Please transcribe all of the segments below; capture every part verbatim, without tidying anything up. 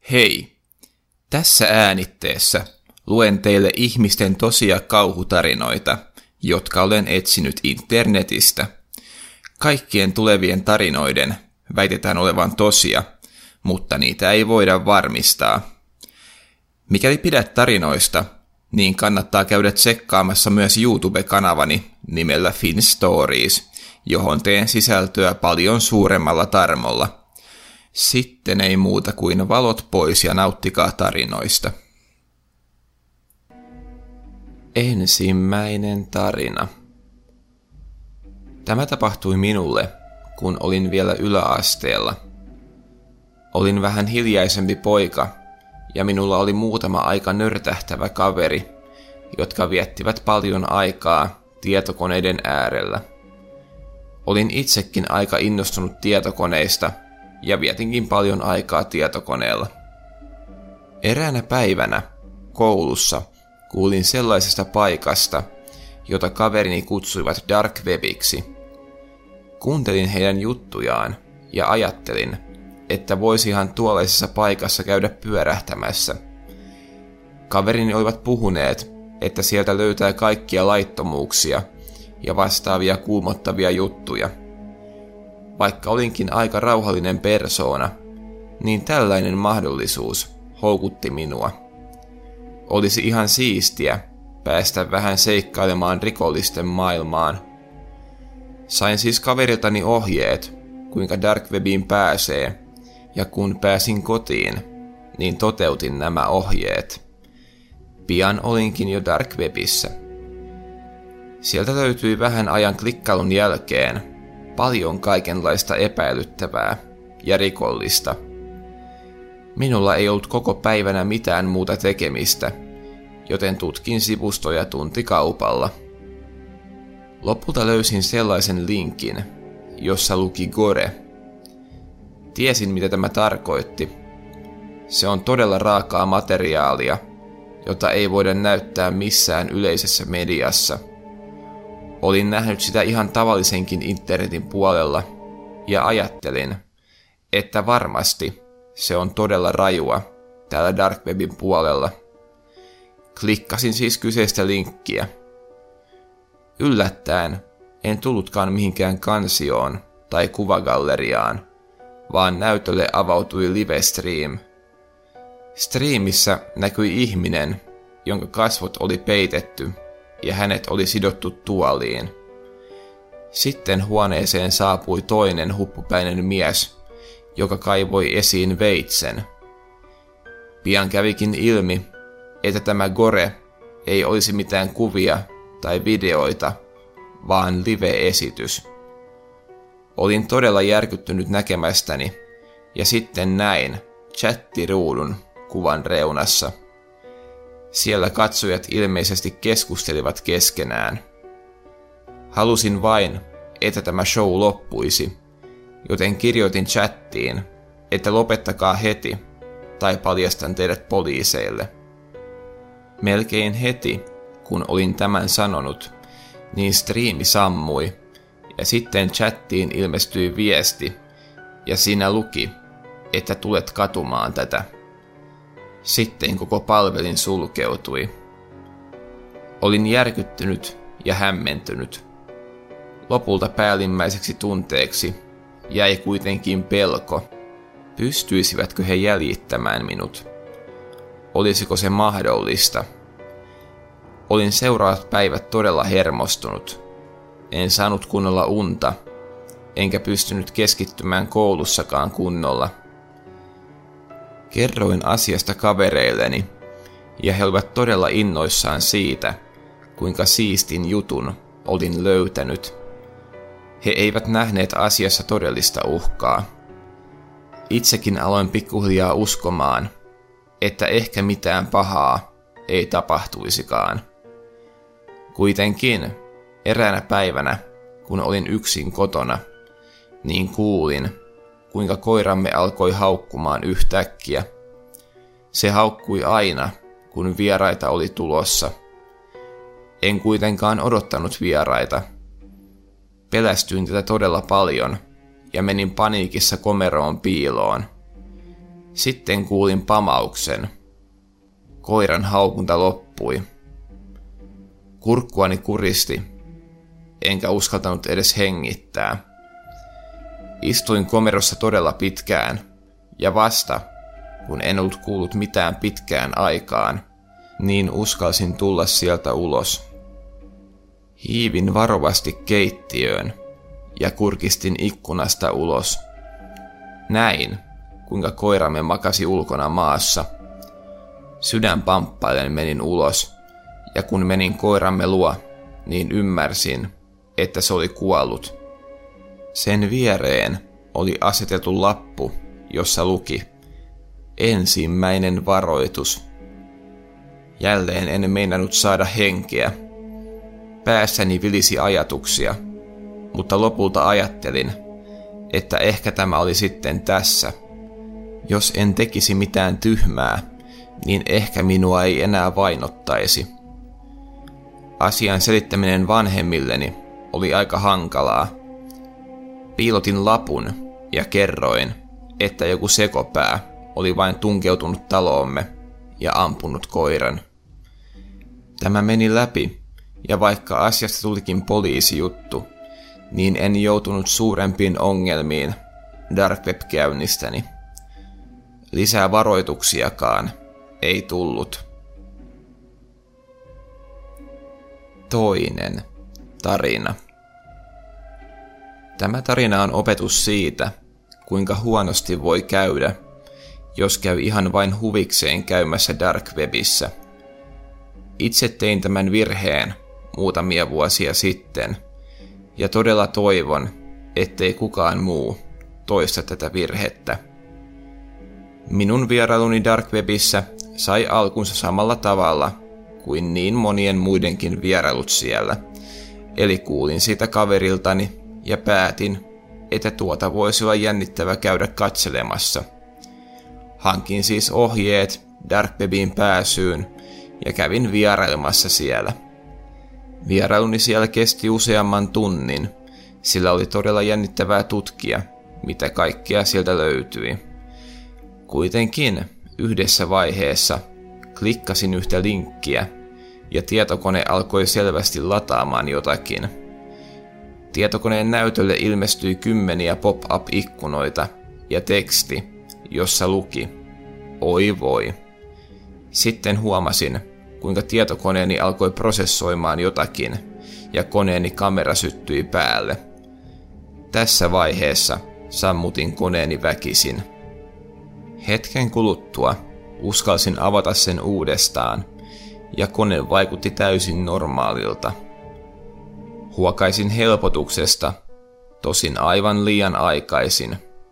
Hei! Tässä äänitteessä luen teille ihmisten tosia kauhutarinoita, jotka olen etsinyt internetistä. Kaikkien tulevien tarinoiden väitetään olevan tosia, mutta niitä ei voida varmistaa. Mikäli pidät tarinoista, niin kannattaa käydä tsekkaamassa myös YouTube-kanavani nimellä Finstories, johon teen sisältöä paljon suuremmalla tarmolla. Sitten ei muuta kuin valot pois ja nauttikaa tarinoista. Ensimmäinen tarina. Tämä tapahtui minulle, kun olin vielä yläasteella. Olin vähän hiljaisempi poika, ja minulla oli muutama aika nörtähtävä kaveri, jotka viettivät paljon aikaa tietokoneiden äärellä. Olin itsekin aika innostunut tietokoneista, ja vietinkin paljon aikaa tietokoneella. Eräänä päivänä koulussa kuulin sellaisesta paikasta, jota kaverini kutsuivat Dark Webiksi. Kuuntelin heidän juttujaan ja ajattelin, että voisihan tuollaisessa paikassa käydä pyörähtämässä. Kaverini olivat puhuneet, että sieltä löytää kaikkia laittomuuksia ja vastaavia kuumottavia juttuja. Vaikka olinkin aika rauhallinen persoona, niin tällainen mahdollisuus houkutti minua. Olisi ihan siistiä päästä vähän seikkailemaan rikollisten maailmaan. Sain siis kaveriltani ohjeet, kuinka Dark Webiin pääsee, ja kun pääsin kotiin, niin toteutin nämä ohjeet. Pian olinkin jo Dark Webissä. Sieltä löytyi vähän ajan klikkailun jälkeen paljon kaikenlaista epäilyttävää ja rikollista. Minulla ei ollut koko päivänä mitään muuta tekemistä, joten tutkin sivustoja tuntikaupalla. Lopulta löysin sellaisen linkin, jossa luki gore. Tiesin, mitä tämä tarkoitti. Se on todella raakaa materiaalia, jota ei voida näyttää missään yleisessä mediassa. Olin nähnyt sitä ihan tavallisenkin internetin puolella ja ajattelin, että varmasti se on todella rajua täällä Dark Webin puolella. Klikkasin siis kyseistä linkkiä. Yllättäen en tullutkaan mihinkään kansioon tai kuvagalleriaan, vaan näytölle avautui livestream. Streamissä näkyi ihminen, jonka kasvot oli peitetty ja hänet oli sidottu tuoliin. Sitten huoneeseen saapui toinen huppupäinen mies, joka kaivoi esiin veitsen. Pian kävikin ilmi, että tämä gore ei olisi mitään kuvia tai videoita, vaan live-esitys. Olin todella järkyttynyt näkemästäni, ja sitten näin chattiruudun kuvan reunassa. Siellä katsojat ilmeisesti keskustelivat keskenään. Halusin vain, että tämä show loppuisi, joten kirjoitin chattiin, että lopettakaa heti, tai paljastan teidät poliiseille. Melkein heti, kun olin tämän sanonut, niin striimi sammui, ja sitten chattiin ilmestyi viesti, ja siinä luki, että tulet katumaan tätä. Sitten koko palvelin sulkeutui. Olin järkyttynyt ja hämmentynyt. Lopulta päällimmäiseksi tunteeksi jäi kuitenkin pelko. Pystyisivätkö he jäljittämään minut? Olisiko se mahdollista? Olin seuraavat päivät todella hermostunut. En saanut kunnolla unta, enkä pystynyt keskittymään koulussakaan kunnolla. Kerroin asiasta kavereilleni, ja he olivat todella innoissaan siitä, kuinka siistin jutun olin löytänyt. He eivät nähneet asiassa todellista uhkaa. Itsekin aloin pikkuhiljaa uskomaan, että ehkä mitään pahaa ei tapahtuisikaan. Kuitenkin eräänä päivänä, kun olin yksin kotona, niin kuulin, kuinka koiramme alkoi haukkumaan yhtäkkiä. Se haukkui aina, kun vieraita oli tulossa. En kuitenkaan odottanut vieraita. Pelästyin tätä todella paljon ja menin paniikissa komeroon piiloon. Sitten kuulin pamauksen. Koiran haukunta loppui. Kurkkuani kuristi, enkä uskaltanut edes hengittää. Istuin komerossa todella pitkään, ja vasta, kun en ollut kuullut mitään pitkään aikaan, niin uskalsin tulla sieltä ulos. Hiivin varovasti keittiöön ja kurkistin ikkunasta ulos. Näin, kuinka koiramme makasi ulkona maassa. Sydän pamppaillen menin ulos, ja kun menin koiramme luo, niin ymmärsin, että se oli kuollut. Sen viereen oli asetettu lappu, jossa luki: ensimmäinen varoitus. Jälleen en meinannut saada henkeä. Päässäni vilisi ajatuksia, mutta lopulta ajattelin, että ehkä tämä oli sitten tässä. Jos en tekisi mitään tyhmää, niin ehkä minua ei enää vainottaisi. Asian selittäminen vanhemmilleni oli aika hankalaa. Piilotin lapun ja kerroin, että joku sekopää oli vain tunkeutunut taloomme ja ampunut koiran. Tämä meni läpi, ja vaikka asiasta tulikin poliisijuttu, niin en joutunut suurempiin ongelmiin Dark Web-käynnistäni. Lisää varoituksiakaan ei tullut. Toinen tarina. Tämä tarina on opetus siitä, kuinka huonosti voi käydä, jos käy ihan vain huvikseen käymässä Dark Webissä. Itse tein tämän virheen muutamia vuosia sitten, ja todella toivon, ettei kukaan muu toista tätä virhettä. Minun vierailuni Dark Webissä sai alkunsa samalla tavalla kuin niin monien muidenkin vierailut siellä, eli kuulin siitä kaveriltani ja päätin, että tuota voisi olla jännittävä käydä katselemassa. Hankin siis ohjeet Dark Webiin pääsyyn ja kävin vierailemassa siellä. Vierailuni siellä kesti useamman tunnin, sillä oli todella jännittävää tutkia, mitä kaikkea sieltä löytyi. Kuitenkin yhdessä vaiheessa klikkasin yhtä linkkiä ja tietokone alkoi selvästi lataamaan jotakin. Tietokoneen näytölle ilmestyi kymmeniä pop-up-ikkunoita ja teksti, jossa luki: oi voi. Sitten huomasin, kuinka tietokoneeni alkoi prosessoimaan jotakin ja koneeni kamera syttyi päälle. Tässä vaiheessa sammutin koneeni väkisin. Hetken kuluttua uskalsin avata sen uudestaan ja kone vaikutti täysin normaalilta. Huokaisin helpotuksesta, tosin aivan liian aikaisin.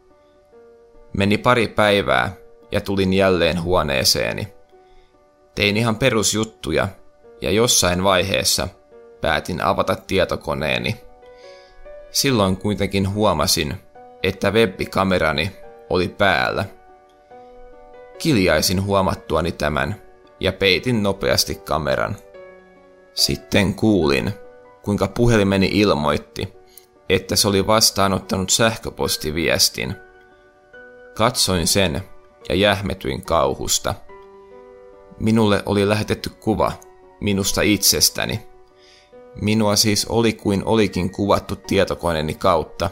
Meni pari päivää ja tulin jälleen huoneeseeni. Tein ihan perusjuttuja ja jossain vaiheessa päätin avata tietokoneeni. Silloin kuitenkin huomasin, että web-kamerani oli päällä. Kiljaisin huomattuani tämän ja peitin nopeasti kameran. Sitten kuulin, kuinka puhelimeni ilmoitti, että se oli vastaanottanut sähköpostiviestin. Katsoin sen ja jähmetyin kauhusta. Minulle oli lähetetty kuva minusta itsestäni. Minua siis oli kuin olikin kuvattu tietokoneeni kautta.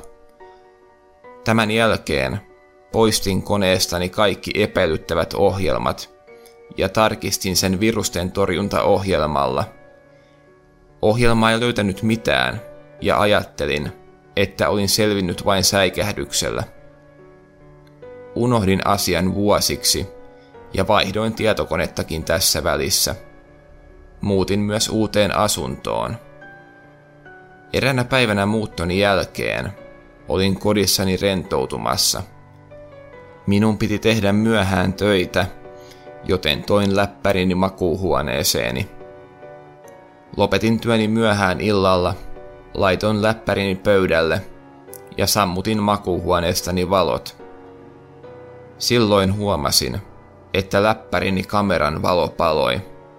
Tämän jälkeen poistin koneestani kaikki epäilyttävät ohjelmat ja tarkistin sen virusten torjuntaohjelmalla. Ohjelma ei löytänyt mitään ja ajattelin, että olin selvinnyt vain säikähdyksellä. Unohdin asian vuosiksi ja vaihdoin tietokonettakin tässä välissä. Muutin myös uuteen asuntoon. Eräänä päivänä muuttoni jälkeen olin kodissani rentoutumassa. Minun piti tehdä myöhään töitä, joten toin läppärini makuuhuoneeseeni. Lopetin työni myöhään illalla, laitoin läppärini pöydälle ja sammutin makuuhuoneestani valot. Silloin huomasin, että läppärini kameran valo paloi.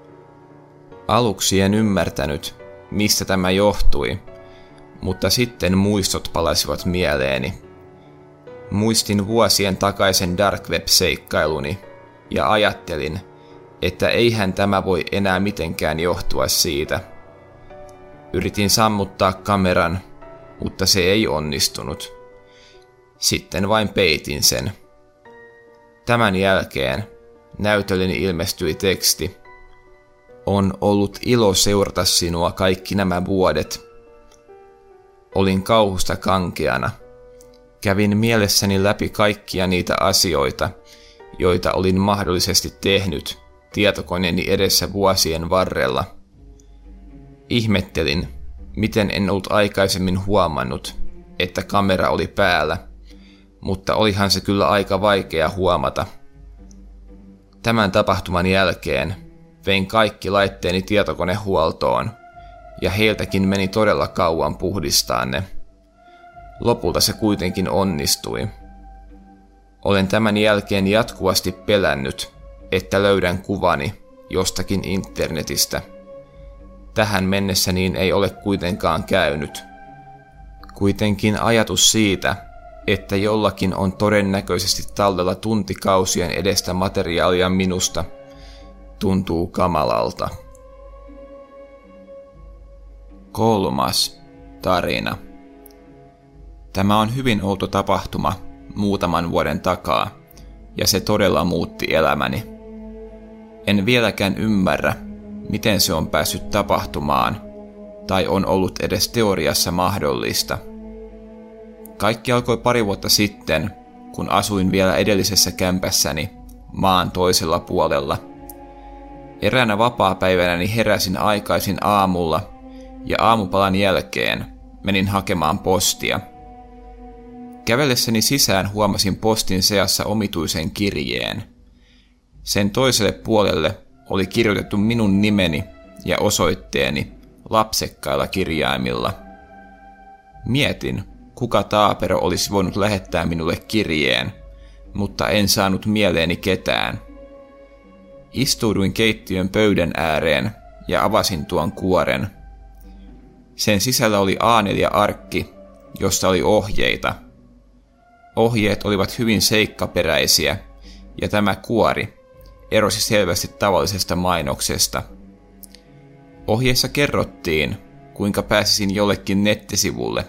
Aluksi en ymmärtänyt, mistä tämä johtui, mutta sitten muistot palasivat mieleeni. Muistin vuosien takaisen dark web-seikkailuni ja ajattelin, että eihän tämä voi enää mitenkään johtua siitä. Yritin sammuttaa kameran, mutta se ei onnistunut. Sitten vain peitin sen. Tämän jälkeen näytölleni ilmestyi teksti. On ollut ilo seurata sinua kaikki nämä vuodet. Olin kauhusta kankeana. Kävin mielessäni läpi kaikkia niitä asioita, joita olin mahdollisesti tehnyt tietokoneeni edessä vuosien varrella. Ihmettelin, miten en ollut aikaisemmin huomannut, että kamera oli päällä, mutta olihan se kyllä aika vaikea huomata. Tämän tapahtuman jälkeen vein kaikki laitteeni tietokonehuoltoon, ja heiltäkin meni todella kauan puhdistaa ne. Lopulta se kuitenkin onnistui. Olen tämän jälkeen jatkuvasti pelännyt, että löydän kuvani jostakin internetistä. Tähän mennessä niin ei ole kuitenkaan käynyt. Kuitenkin ajatus siitä, että jollakin on todennäköisesti tallella tuntikausien edestä materiaalia minusta, tuntuu kamalalta. Kolmas tarina. Tämä on hyvin outo tapahtuma muutaman vuoden takaa, ja se todella muutti elämäni. En vieläkään ymmärrä, miten se on päässyt tapahtumaan, tai on ollut edes teoriassa mahdollista. Kaikki alkoi pari vuotta sitten, kun asuin vielä edellisessä kämpässäni, maan toisella puolella. Eräänä vapaapäivänäni heräsin aikaisin aamulla, ja aamupalan jälkeen menin hakemaan postia. Kävellessäni sisään huomasin postin seassa omituisen kirjeen. Sen toiselle puolelle oli kirjoitettu minun nimeni ja osoitteeni lapsekkailla kirjaimilla. Mietin, kuka taapero olisi voinut lähettää minulle kirjeen, mutta en saanut mieleeni ketään. Istuuduin keittiön pöydän ääreen ja avasin tuon kuoren. Sen sisällä oli A neljä arkki, jossa oli ohjeita. Ohjeet olivat hyvin seikkaperäisiä, ja tämä kuori erosi selvästi tavallisesta mainoksesta. Ohjeessa kerrottiin, kuinka pääsisin jollekin nettisivulle.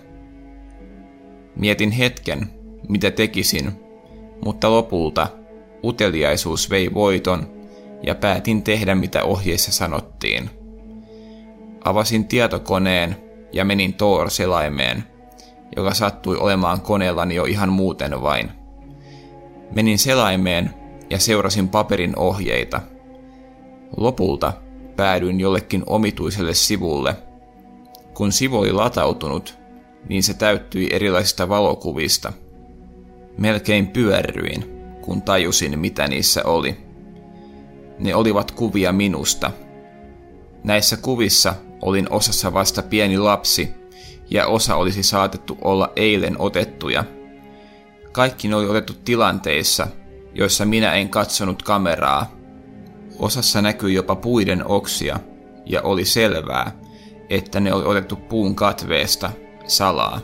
Mietin hetken, mitä tekisin, mutta lopulta uteliaisuus vei voiton ja päätin tehdä, mitä ohjeissa sanottiin. Avasin tietokoneen ja menin Tor-selaimeen, joka sattui olemaan koneellani jo ihan muuten vain. Menin selaimeen ja seurasin paperin ohjeita. Lopulta päädyin jollekin omituiselle sivulle. Kun sivu oli latautunut, niin se täyttyi erilaisista valokuvista. Melkein pyörryin, kun tajusin, mitä niissä oli. Ne olivat kuvia minusta. Näissä kuvissa olin osassa vasta pieni lapsi, ja osa olisi saatettu olla eilen otettuja. Kaikki ne oli otettu tilanteissa, joissa minä en katsonut kameraa. Osassa näkyi jopa puiden oksia, ja oli selvää, että ne oli otettu puun katveesta salaa.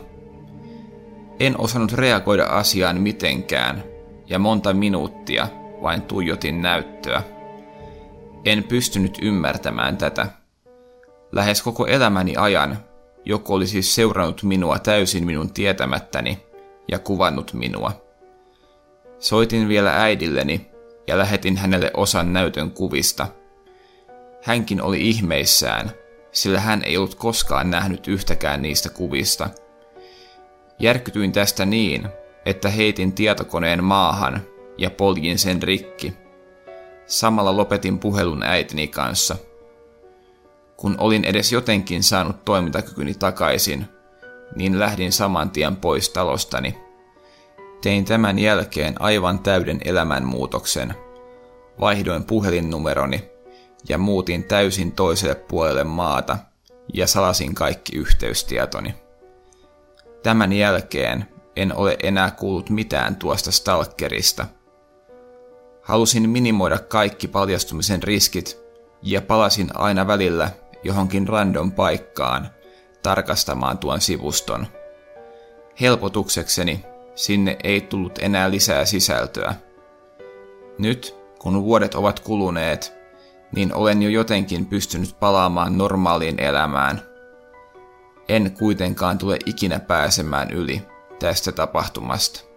En osannut reagoida asiaan mitenkään, ja monta minuuttia vain tuijotin näyttöä. En pystynyt ymmärtämään tätä. Lähes koko elämäni ajan joku oli siis seurannut minua täysin minun tietämättäni ja kuvannut minua. Soitin vielä äidilleni ja lähetin hänelle osan näytön kuvista. Hänkin oli ihmeissään, sillä hän ei ollut koskaan nähnyt yhtäkään niistä kuvista. Järkytyin tästä niin, että heitin tietokoneen maahan ja poljin sen rikki. Samalla lopetin puhelun äitini kanssa. Kun olin edes jotenkin saanut toimintakykyni takaisin, niin lähdin saman tien pois talostani. Tein tämän jälkeen aivan täyden elämänmuutoksen. Vaihdoin puhelinnumeroni ja muutin täysin toiselle puolelle maata ja salasin kaikki yhteystietoni. Tämän jälkeen en ole enää kuullut mitään tuosta stalkerista. Halusin minimoida kaikki paljastumisen riskit ja palasin aina välillä johonkin random paikkaan tarkastamaan tuon sivuston. Helpotuksekseni sinne ei tullut enää lisää sisältöä. Nyt, kun vuodet ovat kuluneet, niin olen jo jotenkin pystynyt palaamaan normaaliin elämään. En kuitenkaan tule ikinä pääsemään yli tästä tapahtumasta.